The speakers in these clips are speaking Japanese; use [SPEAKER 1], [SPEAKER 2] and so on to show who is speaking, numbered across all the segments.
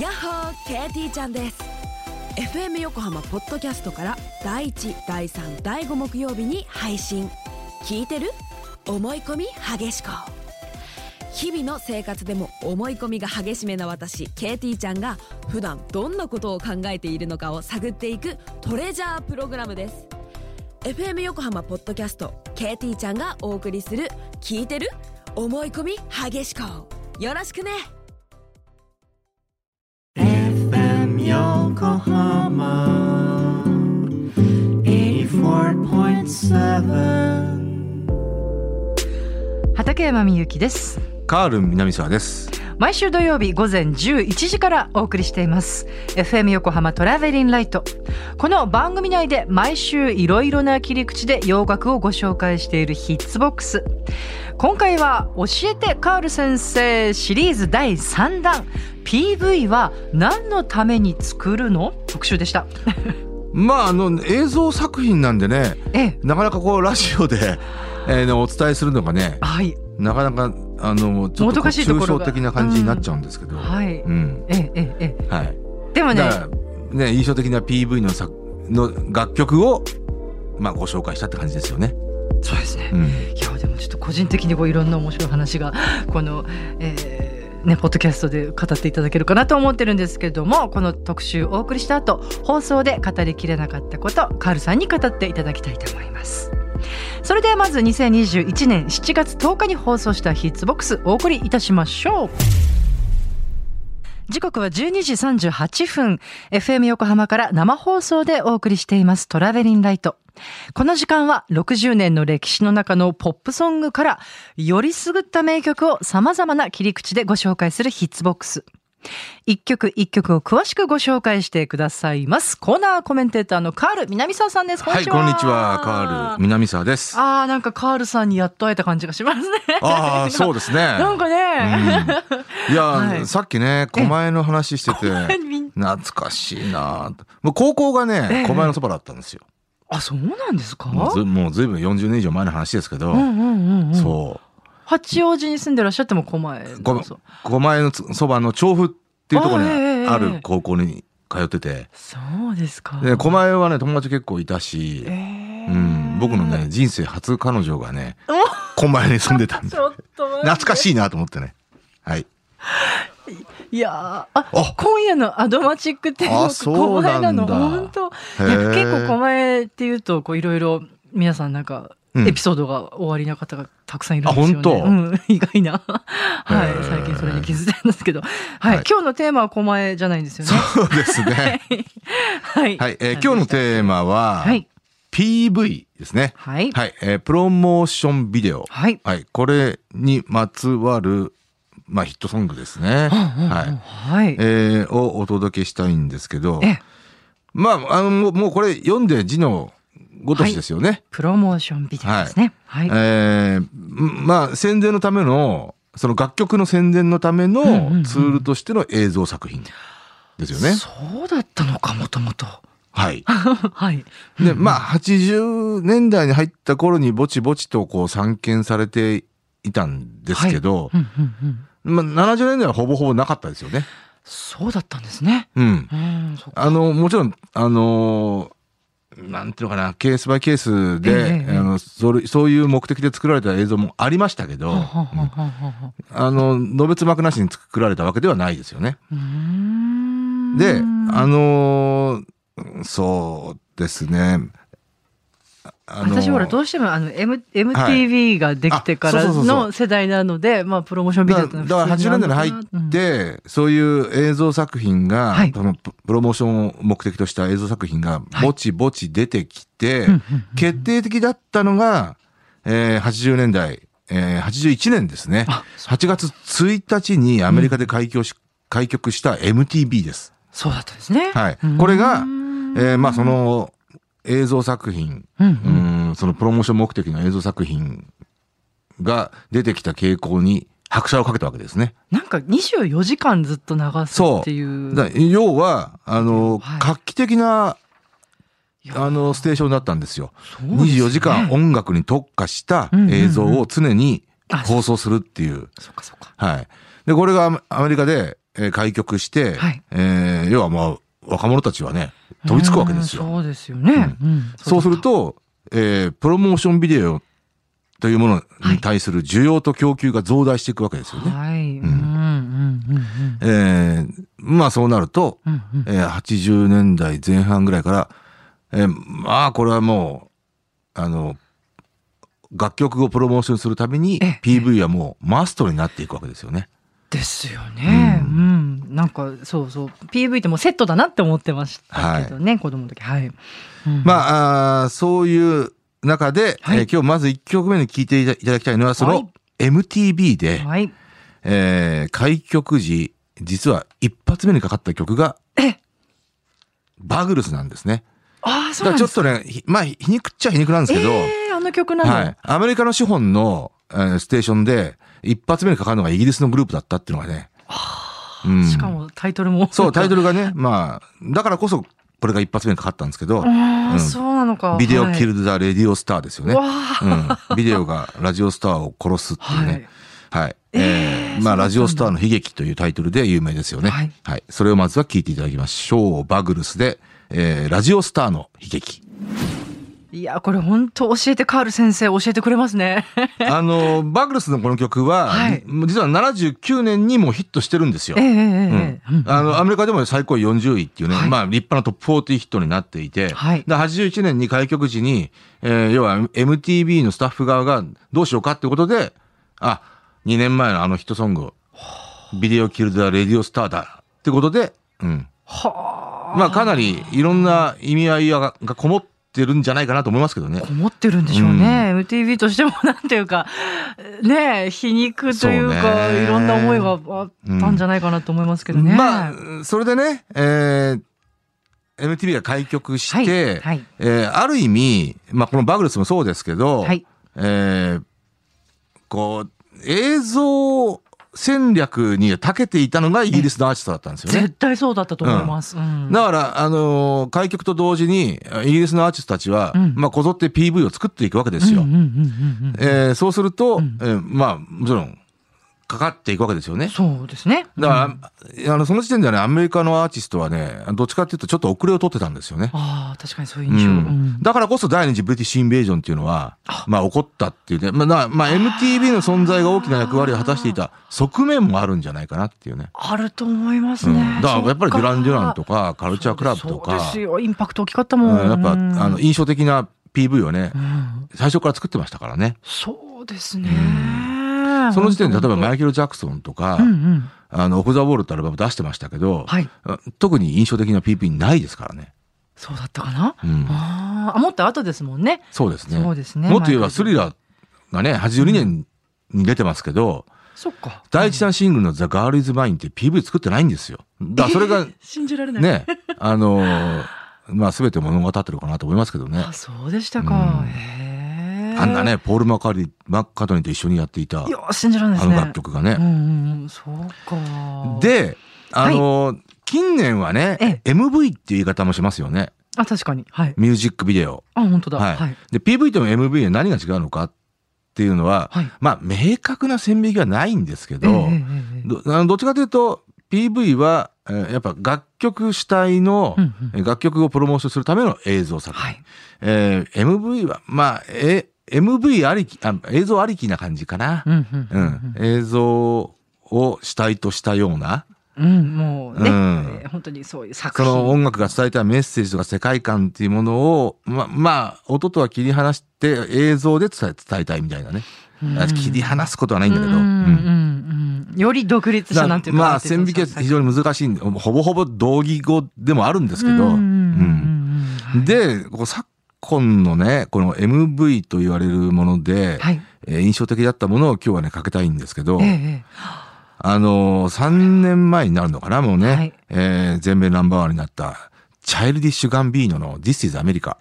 [SPEAKER 1] やっほー、KT ちゃんです。 FM 横浜ポッドキャストから第1、第3、第5木曜日に配信。聞いてる？思い込み激しこ。日々の生活でも思い込みが激しめな私 KT ちゃんが普段どんなことを考えているのかを探っていくトレジャープログラムです。 FM 横浜ポッドキャスト KT ちゃんがお送りする聞いてる？思い込み激しこ。よろしくね。
[SPEAKER 2] FM 横浜 84.7。
[SPEAKER 3] 畠山みゆきです。
[SPEAKER 4] カール南沢です。
[SPEAKER 3] 毎週土曜日午前11時からお送りしています FM 横浜トラベリンライト。この番組内で毎週いろいろな切り口で洋楽をご紹介しているヒッツボックス。今回は教えてカール先生シリーズ第3弾 PV は何のために作るの特集でした
[SPEAKER 4] まあ映像作品なんでね、なかなかこうラジオで、お伝えするのがね、
[SPEAKER 3] はい、
[SPEAKER 4] なかなかちょっと抽象的な感じになっちゃうんですけど、
[SPEAKER 3] はい、はい、でもね、
[SPEAKER 4] だからね、印象的な PV の楽曲をまあご紹介したって感じですよね。
[SPEAKER 3] そうですね、いやでもちょっと個人的にこういろんな面白い話がこの、ね、ポッドキャストで語っていただけるかなと思ってるんですけども、この特集をお送りした後、放送で語りきれなかったことカールさんに語っていただきたいと思います。それではまず2021年7月10日に放送したヒッツボックスお送りいたしましょう。時刻は12時38分 FM 横浜から生放送でお送りしていますトラベリンライト。この時間は60年の歴史の中のポップソングからよりすぐった名曲を様々な切り口でご紹介するヒッツボックス。一曲一曲を詳しくご紹介してくださいます。コーナーコメンテーターのカール南沢さんです。こんにちは。
[SPEAKER 4] はい、こんにちは。カール南沢です。
[SPEAKER 3] なんかカールさんにやっと会えた感じがしますね。
[SPEAKER 4] そうですね。
[SPEAKER 3] なんかね、
[SPEAKER 4] いや、はい、さっきね狛江の話してて懐かしいな。もう高校がね狛江のそばだったんですよ。
[SPEAKER 3] あ、そうなんですか。
[SPEAKER 4] もうずいぶん40年以上前の話ですけど、そう。
[SPEAKER 3] 八王子に住んでらっしゃっても狛江
[SPEAKER 4] のそばの調布っていうところにある高校に通ってて、
[SPEAKER 3] そうですか。
[SPEAKER 4] で狛江はね友達結構いたし、僕のね人生初彼女がね狛江に住んでたんで懐かしいなと思ってね。はい。
[SPEAKER 3] いや今夜のアドマチックっていうの狛江なの。本当結構狛江っていうとこういろいろ皆さんなんかエピソードが終わりな方がたくさんいるんですよね。
[SPEAKER 4] 本当、
[SPEAKER 3] 意外な、はい、最近それに気づいたんですけど、はい、今日のテーマは狛江じゃないんですよね。
[SPEAKER 4] そうですね。はい、今日のテーマは、PV ですね。はい、プロモーションビデオ、これにまつわるまあヒットソングですね。をお届けしたいんですけど、まあもうこれ読んで字のごとしですよね。
[SPEAKER 3] プロモーションビデオですね。
[SPEAKER 4] まあ宣伝のためのその楽曲の宣伝のためのツールとしての映像作品ですよね。
[SPEAKER 3] そうだったのか、もともと。
[SPEAKER 4] はい。でまあ80年代に入った頃にぼちぼちとこう散見されていたんですけど、まあ70年代はほぼほぼなかったですよね。
[SPEAKER 3] そうだったんですね。
[SPEAKER 4] もちろんなんていうのかな、ケースバイケースで、そういう目的で作られた映像もありましたけど、のべつ幕なしに作られたわけではないですよね。で、そうですね。
[SPEAKER 3] 私ほらどうしてもMTV ができてからの世代なので、まあプロモーションビデオってのは
[SPEAKER 4] だから80年代に入って、そういう映像作品が、そのプロモーションを目的とした映像作品がぼちぼち出てきて、決定的だったのが、80年代、81年ですね。8月1日にアメリカで開局した MTV です。
[SPEAKER 3] そうだったんですね。
[SPEAKER 4] はい。これが、まあその映像作品、そのプロモーション目的の映像作品が出てきた傾向に拍車をかけたわけですね。
[SPEAKER 3] なんか24時間ずっと流すっていう。
[SPEAKER 4] 要は画期的なステーションだったんですよ。24時間音楽に特化した映像を常に放送するっていう。はい。でこれがアメリカで開局して、
[SPEAKER 3] はい、
[SPEAKER 4] 要はまあ、若者たちはね、飛びつくわけですよ。
[SPEAKER 3] そうですよね。
[SPEAKER 4] そうすると、プロモーションビデオというものに対する需要と供給が増大していくわけですよね。
[SPEAKER 3] はい。
[SPEAKER 4] まあそうなると、80年代前半ぐらいから、まあこれはもう、楽曲をプロモーションするために PV はもうマストになっていくわけですよね。
[SPEAKER 3] ですよね。なんかそうそう PV ってもうセットだなって思ってましたけどね、子供の時。はい。
[SPEAKER 4] まあそういう中で、今日まず1曲目に聴いていただきたいのはその MTV で、開局時実は一発目にかかった曲がバグルスなんですね。
[SPEAKER 3] そうなんですか。
[SPEAKER 4] ちょっとね、まあ皮肉っちゃ皮肉なんですけど、
[SPEAKER 3] あの曲なの。
[SPEAKER 4] はい。アメリカの資本の、ステーションで一発目にかかるのがイギリスのグループだったっていうのがね。
[SPEAKER 3] しかもタイトルも。
[SPEAKER 4] そう、タイトルがね、まあ、だからこそこれが一発目にかかったんですけど。
[SPEAKER 3] そうなのか。
[SPEAKER 4] ビデオキルド・ザ・レディオ・スターですよね。ビデオがラジオスターを殺すっていうね。はい。まあ、ラジオスターの悲劇というタイトルで有名ですよね。はい。それをまずは聞いていただきましょう。バグルスで、ラジオスターの悲劇。
[SPEAKER 3] いや、これ本当教えてカール先生教えてくれますね。
[SPEAKER 4] バグルスのこの曲は、実は79年にもヒットしてるんですよ。アメリカでも最高40位っていうね、まあ立派なトップ40ヒットになっていて、81年に開局時に、要は MTV のスタッフ側がどうしようかってことで、2年前のヒットソング、ビデオキルド・レディオ・スターだってことで、まあかなりいろんな意味合いがこもってるんじゃないかなと思いますけどね。
[SPEAKER 3] こもってるんでしょうね。MTV としてもなんていうかね、皮肉というかいろんな思いがあったんじゃないかなと思いますけどね。
[SPEAKER 4] まあそれでね、MTV が開局して、ある意味、まあこのバグルスもそうですけど、こう映像戦略に長けていたのがイギリスのアーティストだったんですよね。
[SPEAKER 3] 絶対そうだったと思います。
[SPEAKER 4] だから、開局と同時に、イギリスのアーティストたちは、まあ、こぞって PV を作っていくわけですよ。そうすると、まあ、もちろん、かかっていくわけですよね。
[SPEAKER 3] そうですね。
[SPEAKER 4] だから、その時点ではね、アメリカのアーティストはね、どっちかっていうとちょっと遅れを取ってたんですよね。
[SPEAKER 3] 確かにそういう印象。だ
[SPEAKER 4] からこそ第二次ブリティッシュインベージョンっていうのは、まあ起こったっていうね、まあ MTV の存在が大きな役割を果たしていた側面もあるんじゃないかなっていうね。
[SPEAKER 3] あると思いますね。
[SPEAKER 4] だからやっぱりデュラン・デュランとか、カルチャークラブとか。
[SPEAKER 3] そうですよ。インパクト大きかったもん。
[SPEAKER 4] やっぱ、印象的な PV をね、最初から作ってましたからね。
[SPEAKER 3] そうですね。
[SPEAKER 4] その時点で例えばマイケル・ジャクソンとか、オフ・ザ・ウォールってアルバム出してましたけど、特に印象的な PV ないですからね。
[SPEAKER 3] そうだったかな。もっと後ですもんね。
[SPEAKER 4] そうですね。もっと言えばスリラーがね、82年に出てますけど、第一弾シングルの The Girl Is Mine って PV 作ってないんですよ。だからそれが、
[SPEAKER 3] 信じられない。
[SPEAKER 4] ね、まあ全て物語ってるかなと思いますけどね。
[SPEAKER 3] そうでしたか。
[SPEAKER 4] あんなね、ポール・マッカートニーと一緒にやっていた、
[SPEAKER 3] 信じられないですね。
[SPEAKER 4] 楽曲がね。
[SPEAKER 3] そうか。
[SPEAKER 4] で、近年はね、MV っていう言い方もしますよね。
[SPEAKER 3] 確かに。
[SPEAKER 4] ミュージックビデオ。
[SPEAKER 3] 本当だ。
[SPEAKER 4] で、PV と MV で何が違うのかっていうのは、まあ、明確な線引きはないんですけど、どっちかというと、PV は、やっぱ楽曲主体の楽曲をプロモーションするための映像作品。MV は、まあ、MV ありき、映像ありきな感じかな。映像を主体としたような。
[SPEAKER 3] もうね、本当にそういう作品。
[SPEAKER 4] その音楽が伝えたメッセージとか世界観っていうものを、まあ、音とは切り離して映像で伝えたいみたいなね。切り離すことはないんだけど。
[SPEAKER 3] より独立したなんていうか。
[SPEAKER 4] まあ、線引きは非常に難しいんで、ほぼほぼ同義語でもあるんですけど。で、昨今のね、この MV と言われるもので、印象的だったものを今日はね、かけたいんですけど、3年前になるのかな、もうね、全米ナンバーワンになった、チャイルディッシュ・ガンビーノの This is America。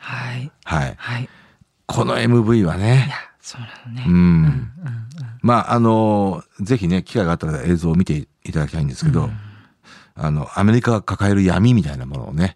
[SPEAKER 4] この MV はね、
[SPEAKER 3] そうなのね。
[SPEAKER 4] まあ、ぜひね、機会があったら映像を見ていただきたいんですけど、アメリカが抱える闇みたいなものをね、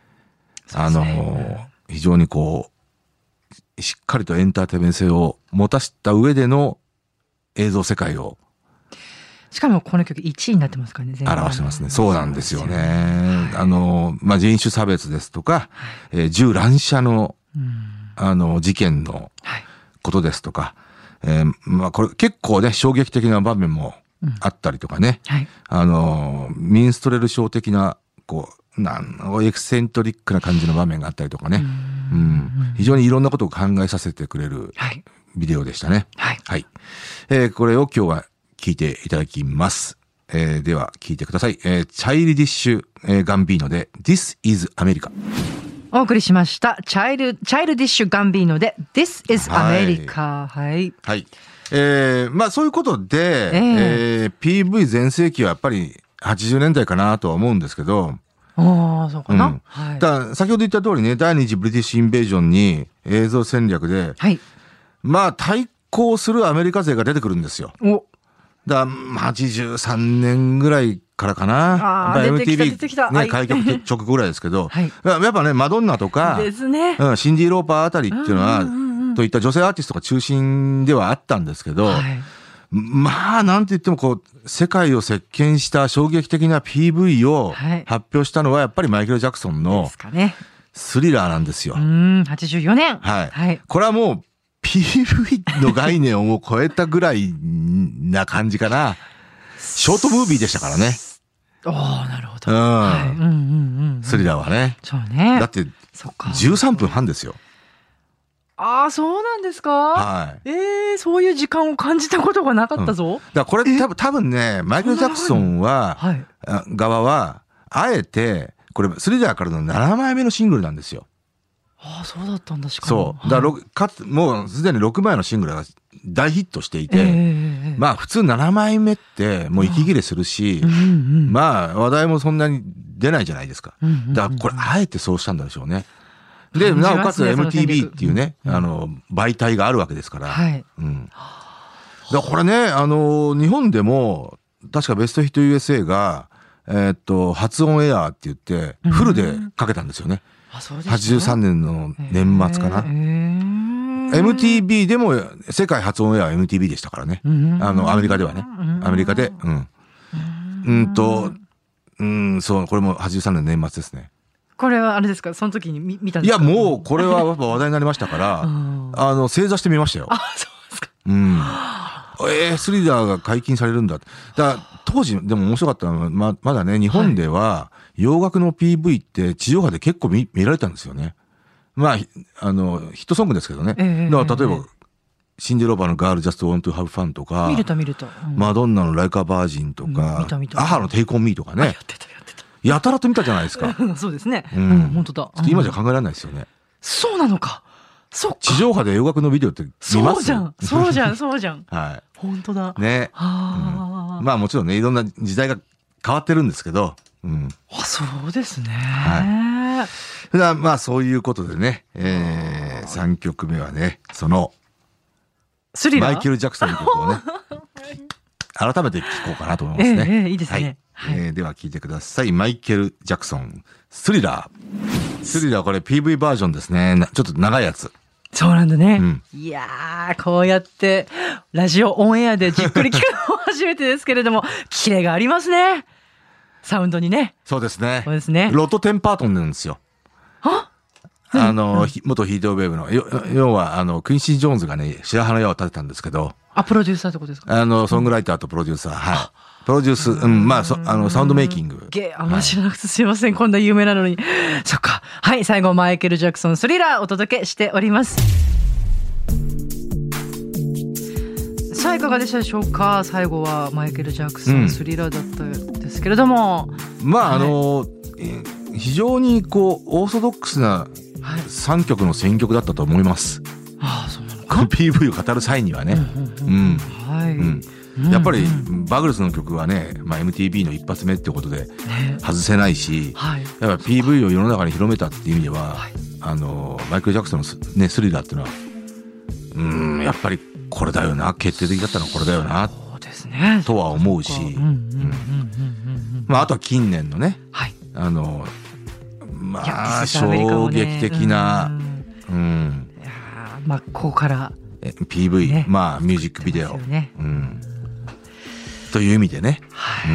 [SPEAKER 4] 非常にこう、しっかりとエンターテインメント性を持たせた上での映像世界を
[SPEAKER 3] しかもこの曲1位になってますからね。
[SPEAKER 4] 表してますね。そうなんですよね。人種差別ですとか、銃乱射の、事件のことですとか、これ結構ね、衝撃的な場面もあったりとかね、ミンストレルショー的な、エキセントリックな感じの場面があったりとかね、非常にいろんなことを考えさせてくれるビデオでしたね。はい。これを今日は聞いていただきます。では聞いてください。チャイルディッシュ、ガンビーノで This is America。
[SPEAKER 3] お送りしました。チャイルディッシュガンビーノで This is America。はい。はい。
[SPEAKER 4] そういうことで、PV 全盛期はやっぱり80年代かなとは思うんですけど、
[SPEAKER 3] そうかな。
[SPEAKER 4] だ先ほど言った通りね、第二次ブリティッシュインベージョンに映像戦略で、対抗するアメリカ勢が出てくるんですよ。83年ぐらいからかな。
[SPEAKER 3] MTV
[SPEAKER 4] ね、開局直後ぐらいですけど、やっぱね、マドンナとか、シンディ・ローパーあたりっていうのは、といった女性アーティストが中心ではあったんですけど、なんて言っても世界を席巻した衝撃的な PV を発表したのはやっぱりマイケル・ジャクソンのスリラーなんですよ。
[SPEAKER 3] 84年。
[SPEAKER 4] これはもう PV の概念を超えたぐらいな感じかな。ショートムービーでしたからね。
[SPEAKER 3] なるほど。
[SPEAKER 4] スリラーはね。
[SPEAKER 3] そうね。
[SPEAKER 4] だって13分半ですよ。
[SPEAKER 3] そうなんですか。そういう時間を感じたことがなかったぞ。
[SPEAKER 4] だからこれ多分ね、マイケル・ジャクソン側は、あえて、これスリラーからの7枚目のシングルなんですよ。
[SPEAKER 3] そうだったんだ、しかも。
[SPEAKER 4] そう。だからもうすでに6枚のシングルが大ヒットしていて、普通7枚目ってもう息切れするし、話題もそんなに出ないじゃないですか。だからこれあえてそうしたんでしょうね。で、なおかつ MTV っていうね、媒体があるわけですから。だからこれね、日本でも、確かベストヒット USA が、発音エアーって言って、フルでかけたんですよね。83年の年末かな。MTV でも世界発音エアー MTV でしたからね。アメリカではね。アメリカで。そう、これも83年年末ですね。
[SPEAKER 3] これはあれですか、その時に見たんですか。
[SPEAKER 4] いや、もうこれはやっぱ話題になりましたから、正座してみましたよ。
[SPEAKER 3] そうですか。
[SPEAKER 4] スリラーが解禁されるんだ。当時でも面白かったのは、まだね、日本では洋楽の PV って地上波で結構見られたんですよね。ヒットソングですけどね。だから例えば、シンディ・ローバーのガール・ジャスト・ウォント・ハブ・ファンとか、
[SPEAKER 3] 見れた。
[SPEAKER 4] マドンナのライカ・バージンとか、アハのテイク・オン・ミーとかね。やたらと見たじゃないですか。
[SPEAKER 3] そうですね。本当だ。
[SPEAKER 4] 今じゃ考えられないですよね。
[SPEAKER 3] そうなのか。そっか。
[SPEAKER 4] 地上波で洋楽のビデオって見ます？
[SPEAKER 3] そうじゃん。
[SPEAKER 4] はい。
[SPEAKER 3] 本当だ。
[SPEAKER 4] ね。もちろんね、いろんな時代が変わってるんですけど。
[SPEAKER 3] そうですね。
[SPEAKER 4] そういうことでね、3曲目はね、その、マイケル・ジャクソンの曲をね、改めて聴こうかなと思いますね。
[SPEAKER 3] いいですね。
[SPEAKER 4] では聴いてください。マイケル・ジャクソン、スリラー。これ PV バージョンですね。ちょっと長いやつ。
[SPEAKER 3] そうなんだね。いやー、こうやってラジオオンエアでじっくり聞くのも初めてですけれども、キレがありますね。サウンドにね。
[SPEAKER 4] そうですね。
[SPEAKER 3] そうですね。
[SPEAKER 4] ロット・テンパートンなんですよ。元ヒートウェーブの、要は、クインシー・ジョーンズがね、白羽の矢を立てたんですけど。
[SPEAKER 3] プロデューサーってことですか？
[SPEAKER 4] ソングライターとプロデューサー。プロデュース、サウンドメイキング。
[SPEAKER 3] 知らなくてすいません。こんな有名なのに。そっか。最後、マイケル・ジャクソン、スリラーお届けしております。さあ、いかがでしたでしょうか？最後はマイケル・ジャクソン、スリラーだったんですけれども。
[SPEAKER 4] 非常にオーソドックスな3曲の選曲だったと思います。
[SPEAKER 3] そうなのか。
[SPEAKER 4] PV を語る際にはね。やっぱりバグルスの曲はね、MTV の一発目ってことで外せないし、やっぱ PV を世の中に広めたっていう意味では、マイケル・ジャクソンの、ね、スリラーっていうのはやっぱりこれだよな、決定的だったのはこれだよな、とは思うし、あとは近年のね、衝撃的な、
[SPEAKER 3] 真っ向から
[SPEAKER 4] PV、ミュージックビデオ。 という意味でね。
[SPEAKER 3] はい、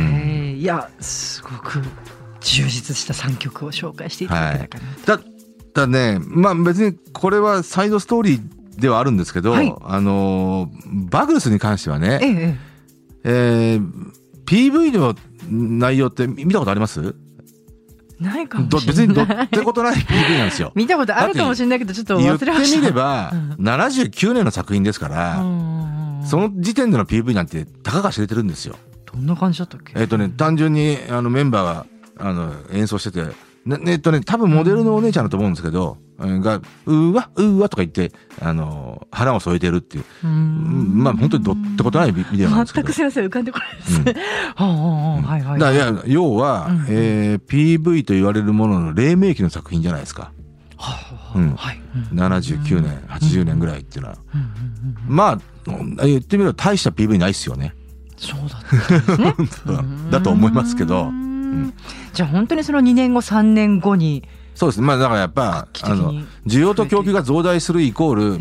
[SPEAKER 3] いやすごく充実した3曲を紹介していただけたかな、
[SPEAKER 4] だね、まあ別にこれはサイドストーリーではあるんですけど、はい、バグルスに関してはね、PV の内容って見たことあります？
[SPEAKER 3] ないかもしれない。
[SPEAKER 4] 別にどってことない PV なんですよ。
[SPEAKER 3] 見たことあるかもしれないけどちょっと忘れました。
[SPEAKER 4] 言ってみれば79年の作品ですから、その時点での PV なんてたかが知れてるんですよ。
[SPEAKER 3] どんな感じだったっけ？
[SPEAKER 4] 単純にメンバーが演奏してて、多分モデルのお姉ちゃんだと思うんですけど、がうわとか言って腹を添えてるっていう、まあ本当にどってことないビデオなんですけど、
[SPEAKER 3] 全くすいません浮かんでこないですね。
[SPEAKER 4] 要は、PV と言われるものの黎明期の作品じゃないですか。79年80年ぐらいっていうのは、まあ言ってみれば大した PV ないっすよね。
[SPEAKER 3] そうだったんですね。
[SPEAKER 4] だと思いますけど、
[SPEAKER 3] じゃあ本当にその2年後3年後に。
[SPEAKER 4] そうですね。まあだからやっぱ需要と供給が増大するイコー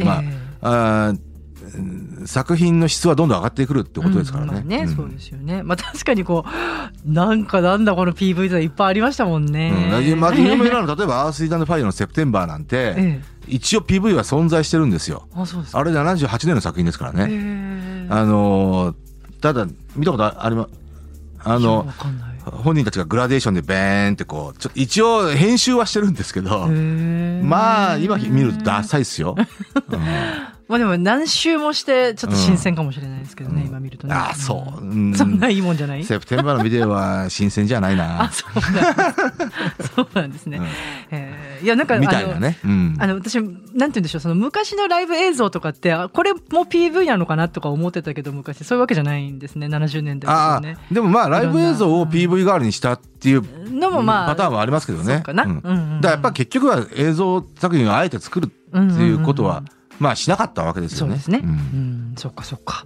[SPEAKER 4] ル、作品の質はどんどん上がってくるってことですからね。
[SPEAKER 3] そうですよね。まあ確かにこうなんだこの PV とかいっぱいありましたもんね。
[SPEAKER 4] 有名なの例えばアース・イーダンド・ファイアのセプテンバーなんて、一応 PV は存在してるんですよ。あれ78年の作品ですからね。ただ見たことあります。本人たちがグラデーションでベーンってこう一応編集はしてるんですけど、まあ今見るとダサいっすよ。
[SPEAKER 3] まあでも何周もしてちょっと新鮮かもしれないですけどね、今見るとね。そんないいもんじゃない。
[SPEAKER 4] セプテンバーのビデオは新鮮じゃないな。
[SPEAKER 3] そうなんですね。いやなんか
[SPEAKER 4] みたいなね。
[SPEAKER 3] 私なんて言うんでしょう、その昔のライブ映像とかってこれも PV なのかなとか思ってたけど、昔そういうわけじゃないんですね。70年代とかね。
[SPEAKER 4] でもまあライブ映像を PV 代わりにしたっていうのもパターンはありますけどね。だからやっぱ結局は映像作品をあえて作るっていうことはまあしなかったわけですよね。
[SPEAKER 3] そうですね。そっかそっか。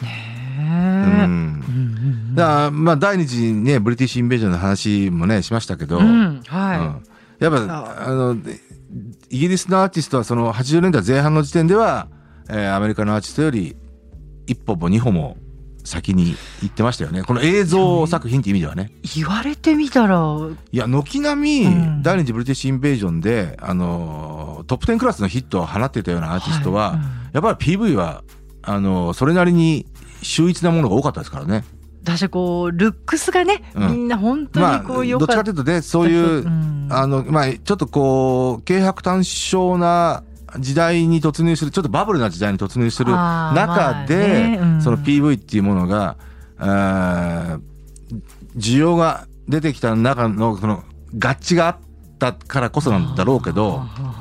[SPEAKER 4] だからまあ第二次ねブリティッシュインベージョンの話もねしましたけど、やっぱイギリスのアーティストはその80年代前半の時点では、アメリカのアーティストより一歩も二歩も先に行ってましたよね。この映像作品って意味ではね。
[SPEAKER 3] 言われてみたら、
[SPEAKER 4] いや軒並み第二次ブリティッシュインベージョンでトップ10クラスのヒットを放っていたようなアーティストは、やっぱり PV はそれなりに秀逸なものが多かったですからね。
[SPEAKER 3] 私こうルックスがね、みんな本当にこう良かった。
[SPEAKER 4] どっちかというとね、そういう、まあちょっとこう軽薄短小な時代に突入する、ちょっとバブルな時代に突入する中で、その PV っていうものが需要が出てきた中のその合致があったからこそなんだろうけど、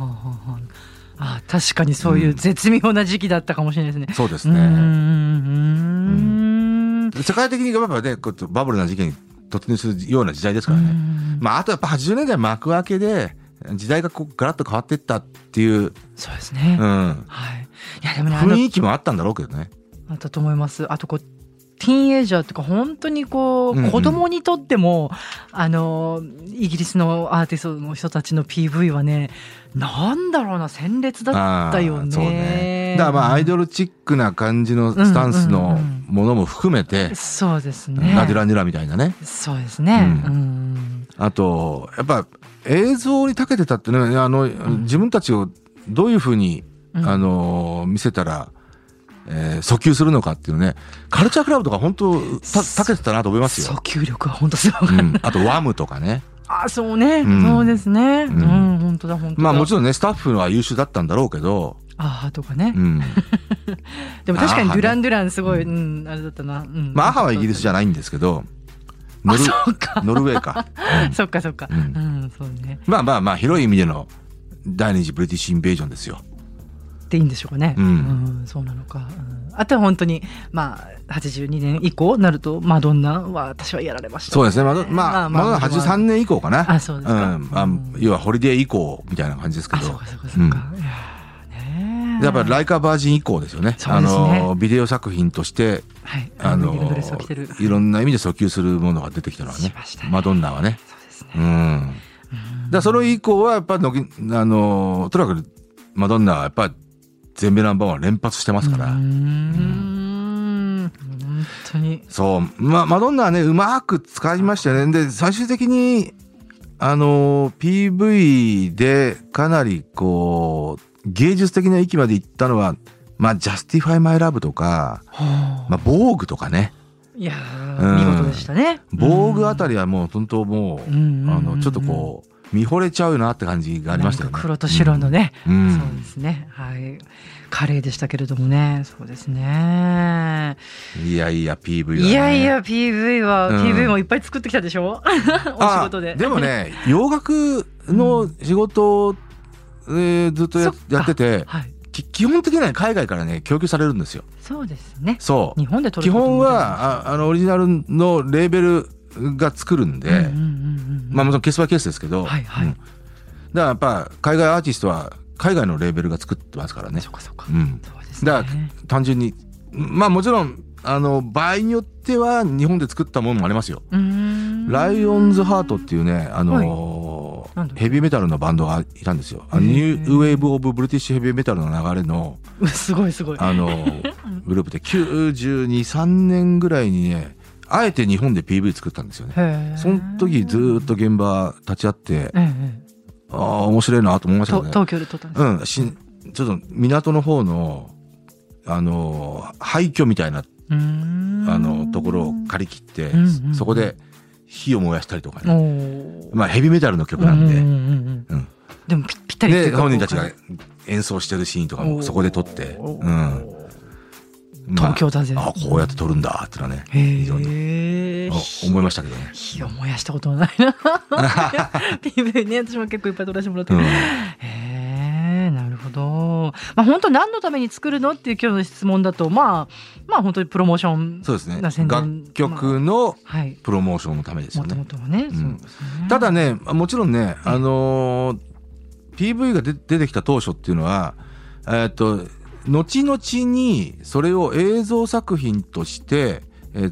[SPEAKER 3] 確かにそういう絶妙な時期だったかもしれないですね。
[SPEAKER 4] そうですね。世界的にやっぱねバブルな時期に突入するような時代ですからね。まああとやっぱ80年代幕開けで時代がこうガラッと変わっていったっていう。
[SPEAKER 3] そうですね。
[SPEAKER 4] いやでもね、雰囲気もあったんだろうけどね。
[SPEAKER 3] あったと思います。あとこうティーンエイジャーとか本当にこう子供にとってもイギリスのアーティストの人たちの PV はね、なんだろうな、鮮烈だったよね。
[SPEAKER 4] そうね。だからまあアイドルチックな感じのスタンスのものも含めて、
[SPEAKER 3] そうですね。
[SPEAKER 4] ナデュラニュラみたいなね。
[SPEAKER 3] そうですね。
[SPEAKER 4] あとやっぱ映像に長けてたってね、自分たちをどういうふうに見せたら訴求するのかっていうね、カルチャークラブとか本当長けてたなと思いますよ。
[SPEAKER 3] 訴求力は本当すごかった。
[SPEAKER 4] あとワムとかね。
[SPEAKER 3] そうね、そうですね。本当だ本当だ。
[SPEAKER 4] まあもちろんねスタッフは優秀だったんだろうけど。
[SPEAKER 3] とかね。でも確かにデュラン・デュランすごい、あれだったな。
[SPEAKER 4] まあアハはイギリスじゃないんですけど、ノルウェーか。
[SPEAKER 3] そっかそっか。そうね。
[SPEAKER 4] まあ広い意味での第二次ブリティッシュインベージョンですよ。
[SPEAKER 3] でいいんでしょうかね。そうなのか。あとは本当にまあ82年以降なるとマドンナは私はやられました。
[SPEAKER 4] そうですね。マドンナ83年以降かな。
[SPEAKER 3] そうですか。
[SPEAKER 4] 要はホリデー以降みたいな感じですけど。
[SPEAKER 3] そうかそうかそうか。
[SPEAKER 4] やっぱりライカバージン以降ですよね。ビデオ作品としていろんな意味で訴求するものが出てきたのはね。マドンナはね。
[SPEAKER 3] そうですね。
[SPEAKER 4] だそれ以降はやっぱりとにかくマドンナはやっぱり全米ナンバーワン連発してますから。本
[SPEAKER 3] 当に。
[SPEAKER 4] そう。マドンナはね、うまく使いましたよね。で、最終的に、PV でかなりこう、芸術的な域まで行ったのは、Justify My Love とか、Vogue とかね。
[SPEAKER 3] いやー、見事でしたね。
[SPEAKER 4] Vogue あたりはもう本当もう、ちょっとこう、見惚れちゃうなって感じがありましたよね。
[SPEAKER 3] 黒と白のね、そうですね。はい。華麗でしたけれどもね。そうですね。
[SPEAKER 4] いやいや PV はね。
[SPEAKER 3] いやいや PV もいっぱい作ってきたでしょ。お仕事で。
[SPEAKER 4] でもね、洋楽の仕事を、ずっとやってて、基本的には海外からね供給されるんですよ。
[SPEAKER 3] そうですね。
[SPEAKER 4] そう。
[SPEAKER 3] 日本で撮る
[SPEAKER 4] 基本はオリジナルのレーベルが作るんで、もちろんケースバイケースですけど、だからやっぱ海外アーティストは海外のレーベルが作ってますからね。
[SPEAKER 3] そうか。そう
[SPEAKER 4] ですね。だから単純にもちろん場合によっては日本で作ったものもありますよ。ライオンズハートっていうねヘビーメタルのバンドがいたんですよ。ニューウェーブオブブリティッシュヘビーメタルの流れの
[SPEAKER 3] すごいグ
[SPEAKER 4] ループで92、3年ぐらいにね。あえて日本で PV 作ったんですよね。その時ずっと現場立ち会って、面白いなと思いましたね。
[SPEAKER 3] 東京で撮ったんですか？
[SPEAKER 4] ちょっと港の方の廃墟みたいなところを借り切って、そこで火を燃やしたりとかね。ヘビーメタルの曲なんで、
[SPEAKER 3] でもぴったりっていうか、
[SPEAKER 4] 本人たちが演奏してるシーンとかもそこで撮って、
[SPEAKER 3] 東京だぜ。
[SPEAKER 4] こうやって撮るんだってのはね、非常に思いましたけどね。
[SPEAKER 3] 火を燃やしたことはないな。PV ね、私も結構いっぱい撮らせてもらってる。なるほど。本当何のために作るのっていう今日の質問だと、本当にプロモーション。
[SPEAKER 4] そうですね。楽曲のプロモーションのためですよね。
[SPEAKER 3] もともとはね。
[SPEAKER 4] ただね、もちろんね、PV が出てきた当初っていうのは、後々にそれを映像作品として、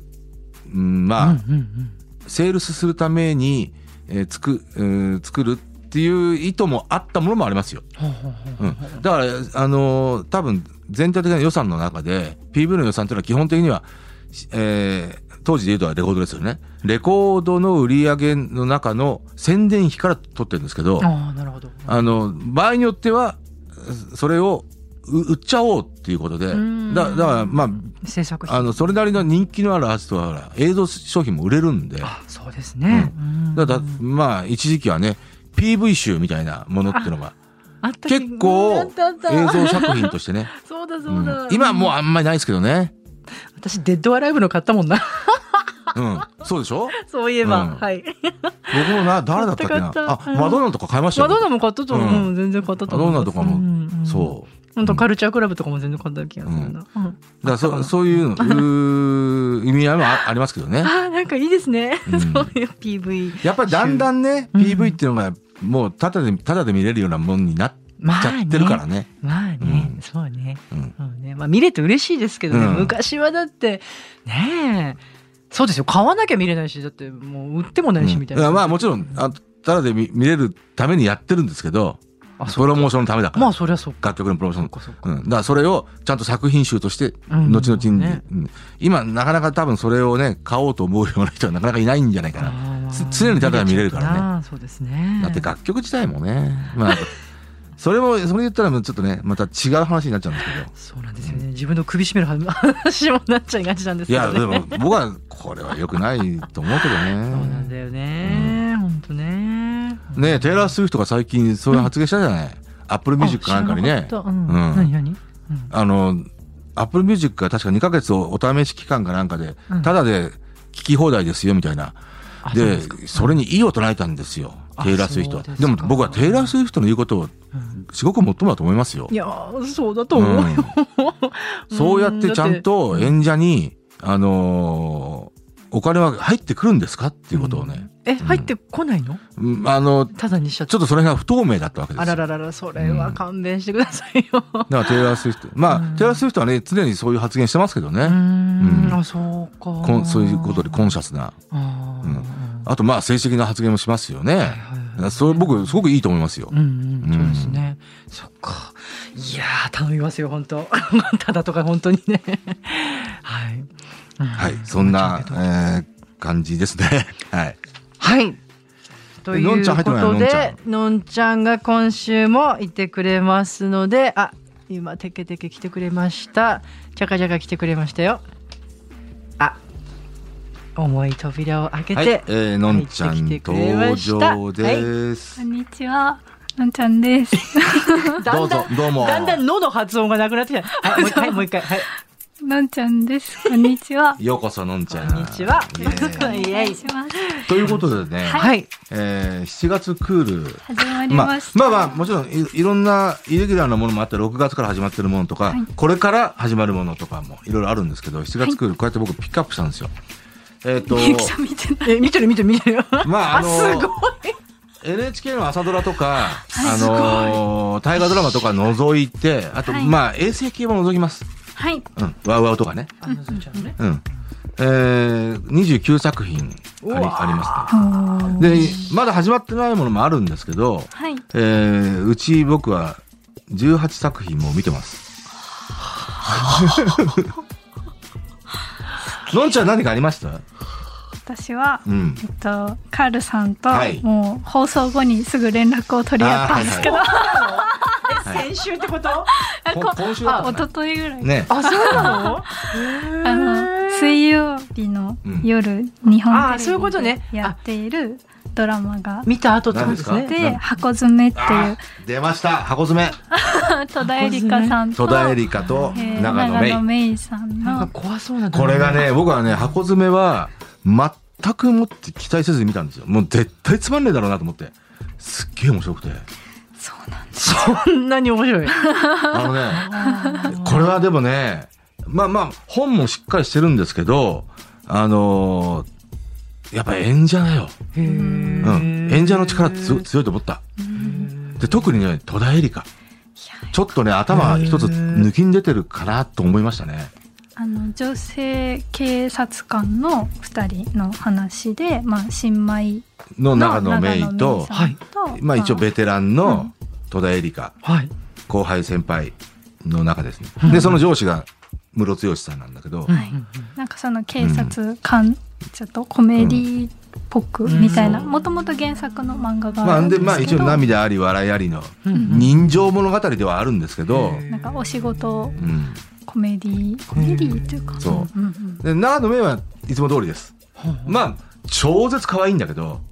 [SPEAKER 4] セールスするために、作るっていう意図もあったものもありますよ。だから多分全体的な予算の中で PV の予算っていうのは基本的には、当時で言うとレコードですよね。レコードの売り上げの中の宣伝費から取ってるんですけど、
[SPEAKER 3] なるほど。
[SPEAKER 4] 場合によってはそれを売っちゃおうっていうことで、だから
[SPEAKER 3] 制作費
[SPEAKER 4] それなりの人気のあるアーティストは映像商品も売れるんで。
[SPEAKER 3] そうですね。
[SPEAKER 4] だから一時期はね PV 集みたいなものっていうのが結構映像作品としてね。
[SPEAKER 3] そうだ。
[SPEAKER 4] 今はもうあんまりないですけどね。
[SPEAKER 3] 私デッドアライブの買ったもんな。
[SPEAKER 4] そうでしょ。
[SPEAKER 3] そういえば、はい。
[SPEAKER 4] 僕も誰だったっけな。マドンナとか買いましたよ。
[SPEAKER 3] マドンナも買ったと思う。全然買ったと思う。
[SPEAKER 4] マドンナとかもそう。
[SPEAKER 3] 本当カルチャークラブとかも全然買った気がするな。
[SPEAKER 4] だからそういう意味合いもありますけどね。
[SPEAKER 3] なんかいいですね。そういう PV。
[SPEAKER 4] やっぱりだんだんね PV っていうのがもうただで見れるようなもんになっちゃってるからね。
[SPEAKER 3] そうね。見れて嬉しいですけどね。昔はだってねえ。そうですよ。買わなきゃ見れないし、だってもう売ってもないしみたいな。
[SPEAKER 4] もちろんただで見れるためにやってるんですけど。プロモーションのためだから。
[SPEAKER 3] そりゃそう。
[SPEAKER 4] 楽曲のプロモーション。だからそれをちゃんと作品集として後々に、今なかなか多分それをね買おうと思うような人はなかなかいないんじゃないかな。常にただ見れるからね。
[SPEAKER 3] そうですね。
[SPEAKER 4] だって楽曲自体もね、それ言ったらちょっとねまた違う話になっちゃうんですけど。
[SPEAKER 3] そうなんですよね。自分の首絞める話もなっちゃいがちなんですけどね。
[SPEAKER 4] いやでも僕はこれは良くないと思うけどね。
[SPEAKER 3] そうなんだよね。本当ね。
[SPEAKER 4] テイラー・スウィフトが最近そういう発言したじゃない。アップルミュージックなんかにね。
[SPEAKER 3] 何？
[SPEAKER 4] アップルミュージックが確か2ヶ月お試し期間かなんかでタダで聴き放題ですよみたいな。でそれに異を唱えたんですよ。テイラー・スウィフトは。でも僕はテイラー・スウィフトの言うことをすごくもっともだと思いますよ。
[SPEAKER 3] いやそうだと思うよ。
[SPEAKER 4] そうやってちゃんと演者にお金は入ってくるんですかっていうことをね。
[SPEAKER 3] 入ってこないの？ただにしちゃって。
[SPEAKER 4] ちょっとそれが不透明だったわけですよ。
[SPEAKER 3] あら、それは勘弁してくださいよ。
[SPEAKER 4] だからテイラー・スウィフト。テイラー・スウィフトはね、常にそういう発言してますけどね。
[SPEAKER 3] そうか。
[SPEAKER 4] そういうことでコンシャスな。あと政治的な発言もしますよね。それ僕すごくいいと思いますよ。
[SPEAKER 3] そうですね。そっか。いや頼みますよ本当。ただとか本当にね。はい。
[SPEAKER 4] はい、そんな、感じですね。はい。
[SPEAKER 3] はい。ということで、のんちゃんが今週もいてくれますので、あ、今テケテケ来てくれました。チャカチャカ来てくれましたよ。あ、重い扉を開けて、
[SPEAKER 4] はい、のんちゃん登場です。
[SPEAKER 5] こんにちは。のんちゃんです。
[SPEAKER 4] どうぞ、どうも。
[SPEAKER 3] だんだんのの発音がなくなってきた。はい、もう一回。はい。
[SPEAKER 5] のんちゃんです。こんにちは。
[SPEAKER 4] ようこそのんちゃん。
[SPEAKER 3] こんにちは。
[SPEAKER 5] よろしくお願いします。
[SPEAKER 4] ということでね、
[SPEAKER 3] はい。
[SPEAKER 4] 7月クール
[SPEAKER 5] 始まりました。
[SPEAKER 4] まあもちろんいろんなイレギュラーなものもあって6月から始まってるものとか、これから始まるものとかもいろいろあるんですけど、7月クールこうやって僕ピックアップしたんですよ。
[SPEAKER 5] みゆきさん見てない。
[SPEAKER 3] 見てる。
[SPEAKER 4] まあ
[SPEAKER 3] すごい。
[SPEAKER 4] NHK の朝ドラとか、大河ドラマとか除いて、あと、まあ衛星系も除きます。
[SPEAKER 5] はい。
[SPEAKER 4] ワウワウとかね。29作品ありますね。で、まだ始まってないものもあるんですけど、うち僕は18作品も見てます。のんちゃん何かありました？
[SPEAKER 5] 私は、カールさんと、もう放送後にすぐ連絡を取り合ったんですけど、
[SPEAKER 3] 先週ってこと？
[SPEAKER 4] 今週だった
[SPEAKER 5] 一昨日ぐらい
[SPEAKER 3] ね。あ、そうな
[SPEAKER 5] の？水曜日の夜、日本テレビでやっているドラマが
[SPEAKER 3] 見た後ってことですね。
[SPEAKER 5] で、箱詰めっていう。
[SPEAKER 4] 出ました、箱詰め。
[SPEAKER 5] 戸田恵梨香さんと
[SPEAKER 4] 長野めい
[SPEAKER 5] さんの。
[SPEAKER 3] 怖そうな。
[SPEAKER 4] これがね、僕はね、箱詰めは全くもって期待せずに見たんですよ。もう絶対つまんねえだろうなと思って、すっげえ面白くて。
[SPEAKER 5] そうなんです。
[SPEAKER 3] そんなに面白い。
[SPEAKER 4] これはでもね、まあ本もしっかりしてるんですけど、やっぱ演者だよ。演者の力って強いと思った。で、特にね、戸田恵梨香。ちょっとね、頭一つ抜きに出てるかなと思いましたね。
[SPEAKER 5] 女性警察官の2人の話で、まあ、新米
[SPEAKER 4] の長野めいと、まあ一応ベテランの戸田恵梨香、後輩先輩の中ですね。で、その上司が室剛さんなんだけど、
[SPEAKER 5] なんかその警察官、ちょっとコメディっぽくみたいな、もともと原作の漫画があるんですけど、
[SPEAKER 4] まあ一応涙あり笑いありの人情物語ではあるんですけど、
[SPEAKER 5] なんかお仕事、コメディっていうか、
[SPEAKER 4] そうで、長野めいはいつも通りです。まあ超絶可愛いんだけど、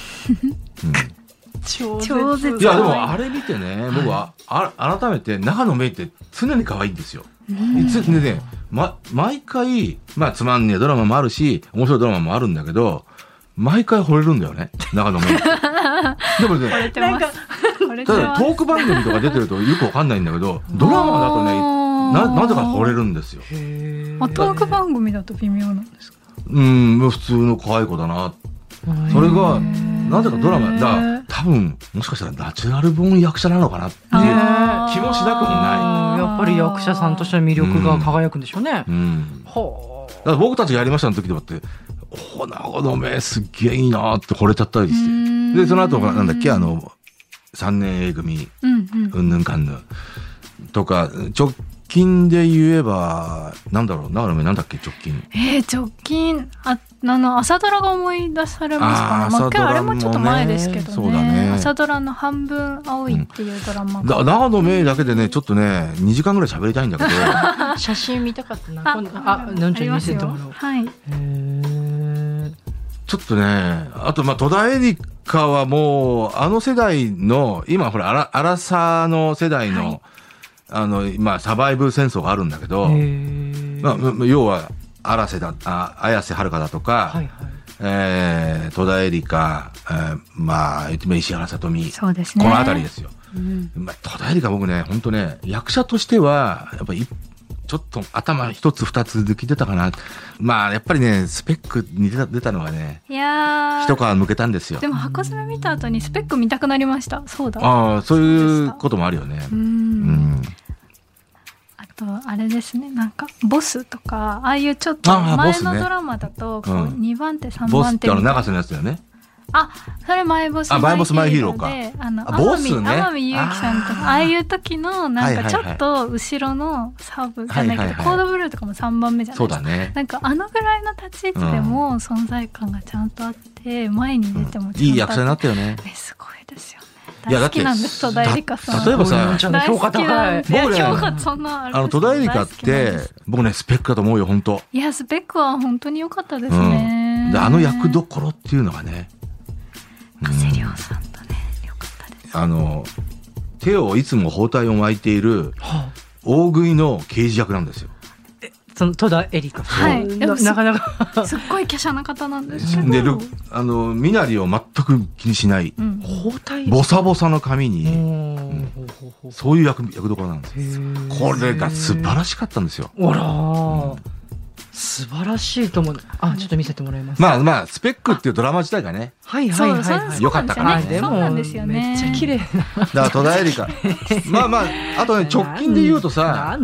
[SPEAKER 5] 超絶。
[SPEAKER 4] いやでもあれ見てね、僕は改めて長野めいって常に可愛いんですよ。でね、毎回、まあつまんねえドラマもあるし、面白いドラマもあるんだけど、毎回惚れるんだよね、長野めいって。でもね、
[SPEAKER 5] 惚れてます。
[SPEAKER 4] ただトーク番組とか出てるとよくわかんないんだけど、ドラマだとね、なぜか惚れるんですよ。
[SPEAKER 5] トーク番組だと微妙なんですか？
[SPEAKER 4] 普通の可愛い子だな。それがなぜかドラマだ、多分もしかしたらナチュラルボーン役者なのかなっていう気もしなくもない。
[SPEAKER 3] やっぱり役者さんとしての魅力が輝くんでしょうね。だ
[SPEAKER 4] から僕たちがやりましたの時でもって、長野めいすっげえいいなって惚れちゃったりして、でその後なんだっけ、3年 A 組うんぬんかんぬんとか、直近で言えばなんだろう、長野めいなんだっけ、直近。
[SPEAKER 5] 直近朝ドラが思い出されますかね。あれもちょっと前ですけどね。
[SPEAKER 4] そうだね。
[SPEAKER 5] 朝ドラの半分青いっていうドラマが、
[SPEAKER 4] 長野めいだけでね、ちょっとね2時間ぐらい喋りたいんだけど
[SPEAKER 3] 写真見たかったな。のんちゃんに見せてもらおう。
[SPEAKER 5] はい。
[SPEAKER 4] ちょっとね、あと戸田恵梨香はもう世代の今ほらアラサーの世代の、サバイブ戦争があるんだけど、要は綾瀬はるかだとか、戸田恵梨香、石原さとみ、
[SPEAKER 5] そうですね、
[SPEAKER 4] このあたりですよ。戸田恵梨香僕ね、本当ね、役者としてはやっぱりちょっと頭一つ二つ抜き出たかな。やっぱりね、スペックに出たのがね、一皮むけたんですよ。
[SPEAKER 5] でも箱詰め見た後にスペック見たくなりました。そうだ。
[SPEAKER 4] そういうこともあるよね。
[SPEAKER 5] あとあれですね、なんかボスとかああいうちょっと前のドラマだと2番手3番手
[SPEAKER 4] ボスって長瀬のやつだよね。
[SPEAKER 5] それマイボス
[SPEAKER 4] マイボスマイヒーローか。ボスね。
[SPEAKER 5] 天海祐希さんとかああいう時のなんかちょっと後ろのサブじゃないけど、コードブルーとかも3番目じゃないですか。
[SPEAKER 4] そうだね。
[SPEAKER 5] なんかあのぐらいの立ち位置でも存在感がちゃんとあって前に出てもちゃんとあって、
[SPEAKER 4] いい役者になったよね。
[SPEAKER 5] すごいですよね。大好きなんです戸田恵梨香さん。
[SPEAKER 4] 例えばさ、
[SPEAKER 3] 評価高い。
[SPEAKER 5] 僕ね、評価そんな
[SPEAKER 4] 戸田恵梨香って僕ねスペックだと思うよ本当。
[SPEAKER 5] いやスペックは本当に良かったですね。
[SPEAKER 4] で役どころっていうのがね。
[SPEAKER 5] 加瀬亮さんとね良かったです。
[SPEAKER 4] 手をいつも包帯を巻いている大食いの刑事役なんですよ。
[SPEAKER 3] その戸田恵梨香。
[SPEAKER 5] はい。
[SPEAKER 3] なかなか
[SPEAKER 5] すっごい華奢な方なんですけど。
[SPEAKER 4] で身なりを全く気にしない、
[SPEAKER 3] 包帯
[SPEAKER 4] ボサボサの髪に、そういう役どころなんですよ。これが素晴らしかったんですよ。
[SPEAKER 3] 素晴らしいと思う。ちょっと見せてもらいます。
[SPEAKER 4] まあスペックっていうドラマ自体がね、良かったからね。
[SPEAKER 5] そうなんですよね。
[SPEAKER 3] めっちゃ綺麗な。
[SPEAKER 4] だから戸田恵梨香。あとね直近で言うとさ、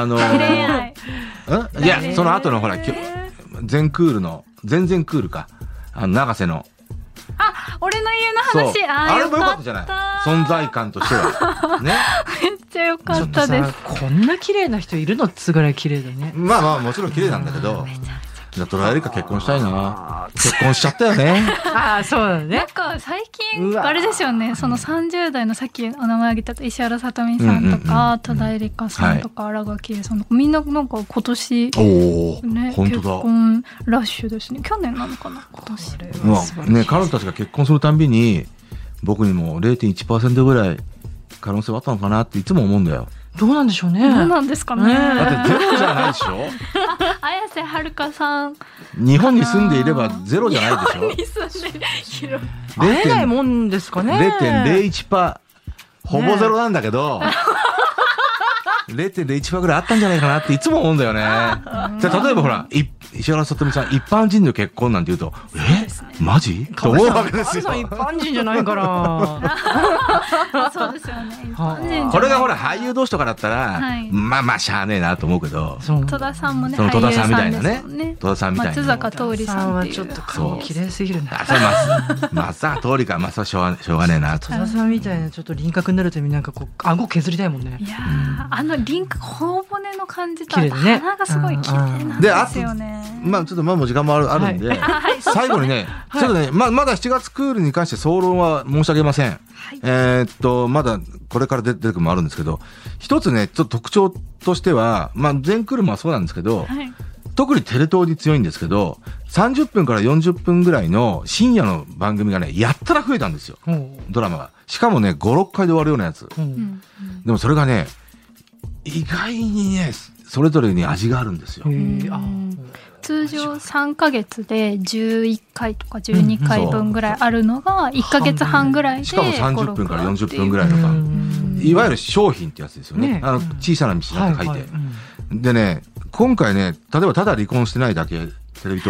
[SPEAKER 4] いやその後のほら全クールか永瀬の。
[SPEAKER 5] 俺の家の話。
[SPEAKER 4] あれも良かったじゃない。存在感としてはね。
[SPEAKER 5] めっちゃ良かったです。
[SPEAKER 3] こんな綺麗な人いるのっつぐらい綺麗だね。
[SPEAKER 4] もちろん綺麗なんだけど。戸田恵梨香結婚したいな。結婚しちゃったよね。
[SPEAKER 3] そうだね。
[SPEAKER 5] なんか最近あれですよね。その30代のさっきお名前挙げた石原さとみさんとか戸田恵梨香さんとか荒垣結衣さんとかみんななんか今年ね結婚ラッシュですね。去年なのかな今年。
[SPEAKER 4] ね彼女たちが結婚するたんびに僕にも 0.1% ぐらい可能性はあったのかなっていつも思うんだよ。
[SPEAKER 3] どうなんでしょうね。
[SPEAKER 5] どうなんですかね。
[SPEAKER 4] だってゼロじゃないでしょ。
[SPEAKER 5] 綾瀬はるかさん。
[SPEAKER 4] 日本に住んでいればゼロじゃないでしょ。
[SPEAKER 5] 日本に住んで
[SPEAKER 3] 会えないもんですかね。
[SPEAKER 4] 0.01%ほぼゼロなんだけど、0.01% ぐらいあったんじゃないかなっていつも思うんだよね。じゃ例えばほら石原さとみさん一般人の結婚なんて言うとマジと思うわけですよ。
[SPEAKER 3] 一般人じゃないから。
[SPEAKER 5] そうですよね。
[SPEAKER 4] これがほら俳優同士とかだったらしゃあねえなと思うけど、
[SPEAKER 5] 戸田さんもね
[SPEAKER 4] 戸田さんみたいなね。戸田さんみたいな。
[SPEAKER 5] 松坂桃李さんは
[SPEAKER 3] ちょっと顔綺麗すぎるな。
[SPEAKER 4] 松坂桃李かしょうがねえな。
[SPEAKER 3] 戸田さんみたいなちょっと輪郭になるためになんかこう顎削りたいもんね。
[SPEAKER 5] いや輪郭頬骨の感じと鼻がすごい綺麗なんですよね。
[SPEAKER 4] ちょっともう時間もあるんで、最後にね、ちょっとね、まだ7月クールに関して総論は申し上げません。まだこれから出てくるもあるんですけど、一つね、ちょっと特徴としては、全クールもそうなんですけど、特にテレ東に強いんですけど、30分から40分ぐらいの深夜の番組がね、やったら増えたんですよ。ドラマが。しかもね、5、6回で終わるようなやつ。でもそれがね、意外にね、それぞれに味があるんですよ。
[SPEAKER 5] 通常3ヶ月で11回とか12回分ぐらいあるのが1ヶ月半ぐらいで、
[SPEAKER 4] しかも30分から40分ぐらいの間、いわゆる商品ってやつですよね。小さな道だって書いて。でね、今回ね、例えばただ離婚してないだけテレビと、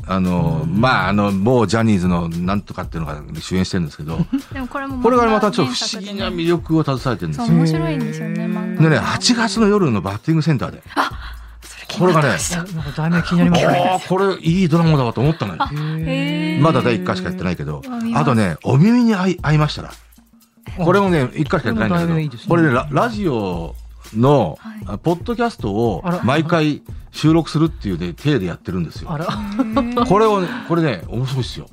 [SPEAKER 4] 某ジャニーズのなんとかっていうのが主演してるんですけど、
[SPEAKER 5] でもこれ
[SPEAKER 4] がまたちょっと不思議な魅力を携えてるんですよ。
[SPEAKER 5] 面白いんですよね。
[SPEAKER 4] でね、8月の夜のバッティングセンターで。これがね、
[SPEAKER 3] 題名気になりましたね。
[SPEAKER 4] これいいドラマだわと思ったのよ。まだ第1回しかやってないけど、あとね、お耳に合いましたら。これもね、1回しかやってないんだけど、これね、ラジオのポッドキャストを毎回収録するっていうで体でやってるんですよ。これね、面白いですよ。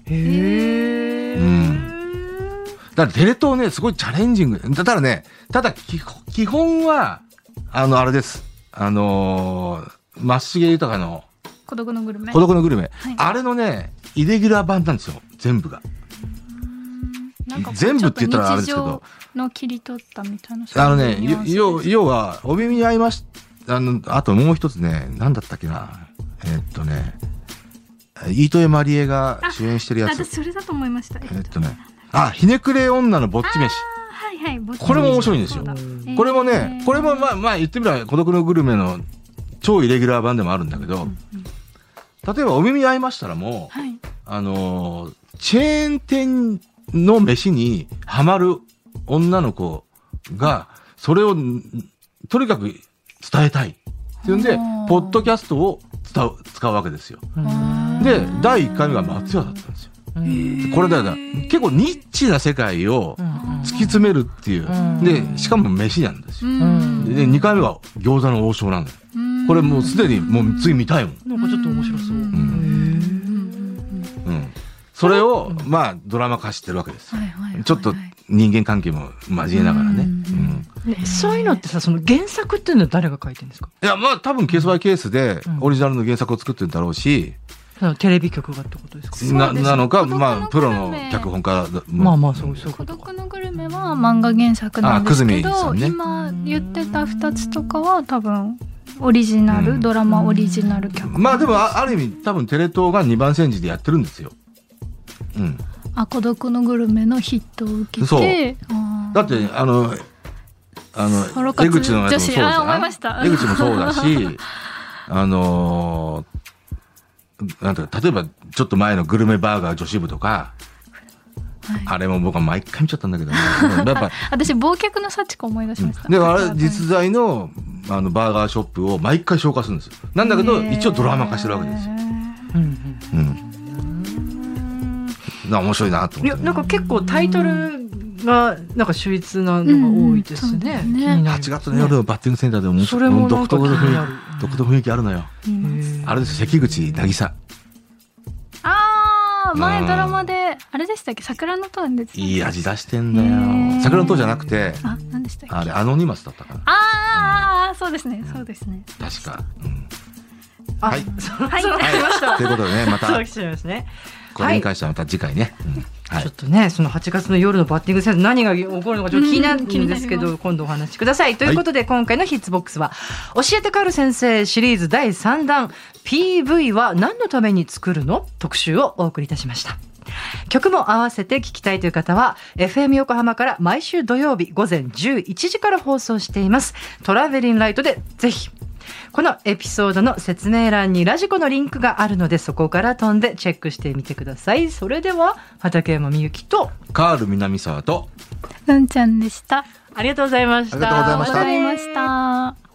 [SPEAKER 4] だからテレ東ね、すごいチャレンジング。ただ基本はあれです。松重豊の
[SPEAKER 5] 孤独のグル
[SPEAKER 4] メ、あれのねイレギュラー版なんですよ、全部が。全部って言ったらあれですけど、
[SPEAKER 5] の切り取ったみたいな。
[SPEAKER 4] 要はお耳に合いましあともう一つね、なんだったっけな、飯豊まりえが主演してるやつ。
[SPEAKER 5] 私それだと思いました。
[SPEAKER 4] ひねくれ女のぼっち飯。これも面白いんですよ。これもね、言ってみれば孤独のグルメの超イレギュラー版でもあるんだけど、例えばお耳合いましたらも、チェーン店の飯にハマる女の子がそれをとにかく伝えたいっていうんでポッドキャストを使うわけですよ。で第1回目が松屋だったんですよ。 これだから結構ニッチな世界を突き詰めるっていう、でしかも飯なんですよ、で2回目は餃子の王将なんだよ。これもうすでにもう次見たいもん。
[SPEAKER 3] なんかちょっと面白そう、
[SPEAKER 4] それをまあドラマ化してるわけです、ちょっと人間関係も交えながらね、
[SPEAKER 3] そういうのってさ、その原作っていうのは誰が書いてるんですか？
[SPEAKER 4] いや、まあ多分ケースバイケースでオリジナルの原作を作ってるんだろうし、
[SPEAKER 3] テレビ局がってことですか？
[SPEAKER 4] なのか、まあプロの脚本家、
[SPEAKER 3] まあまあそういう
[SPEAKER 5] 孤独のグルメは漫画原作なんですけど、今言ってた2つとかは多分オリジナル、ドラマオリジナル脚本。
[SPEAKER 4] まあでもある意味多分テレ東が2番煎じでやってるんですよ。
[SPEAKER 5] 孤独のグルメのヒットを受けて、
[SPEAKER 4] だって江口のやつもそうじゃない？江口もそうだし、なんていうか、例えばちょっと前のグルメバーガー女子部とか、あれも僕は毎回見ちゃったんだけど、ね、やっぱ
[SPEAKER 5] 私忘却の幸子思い出しました。
[SPEAKER 4] であれ実在のバーガーショップを毎回紹介するんですよ。なんだけど一応ドラマ化してるわけですよ。面白いなと思って、
[SPEAKER 3] なんか結構タイトルがなんか秀逸なのが多いですね。
[SPEAKER 4] 8月の夜のバッティングセンターでも
[SPEAKER 3] それも
[SPEAKER 4] 独特の雰囲気あるのよ。あれですよ、関口渚。
[SPEAKER 5] 前ドラマであれでしたっけ、桜の塔に出てた。
[SPEAKER 4] いい味出してんだよ。桜の塔じゃなくて、
[SPEAKER 5] 何でしたっけ、
[SPEAKER 4] あれアノニマスだったかな。
[SPEAKER 5] そうですね、そうですね。
[SPEAKER 4] 確か。
[SPEAKER 3] はい。
[SPEAKER 4] ということでね、またこれに関してはまた次回ね。
[SPEAKER 3] ちょっとね、その8月の夜のバッティングセンター何が起こるのかちょっと気になるんですけど、今度お話しください。ということで、今回のヒッツボックスは教えてカール先生シリーズ第3弾 PV は何のために作るの特集をお送りいたしました。曲も合わせて聞きたいという方は FM 横浜から毎週土曜日午前11時から放送していますトラベリンライトで、ぜひこのエピソードの説明欄にラジコのリンクがあるので、そこから飛んでチェックしてみてください。それでは畠山みゆきと
[SPEAKER 4] カール南沢と
[SPEAKER 5] のんちゃんでした。
[SPEAKER 3] ありがとうございました。
[SPEAKER 4] ありがとうございました。
[SPEAKER 5] ありがとうございました。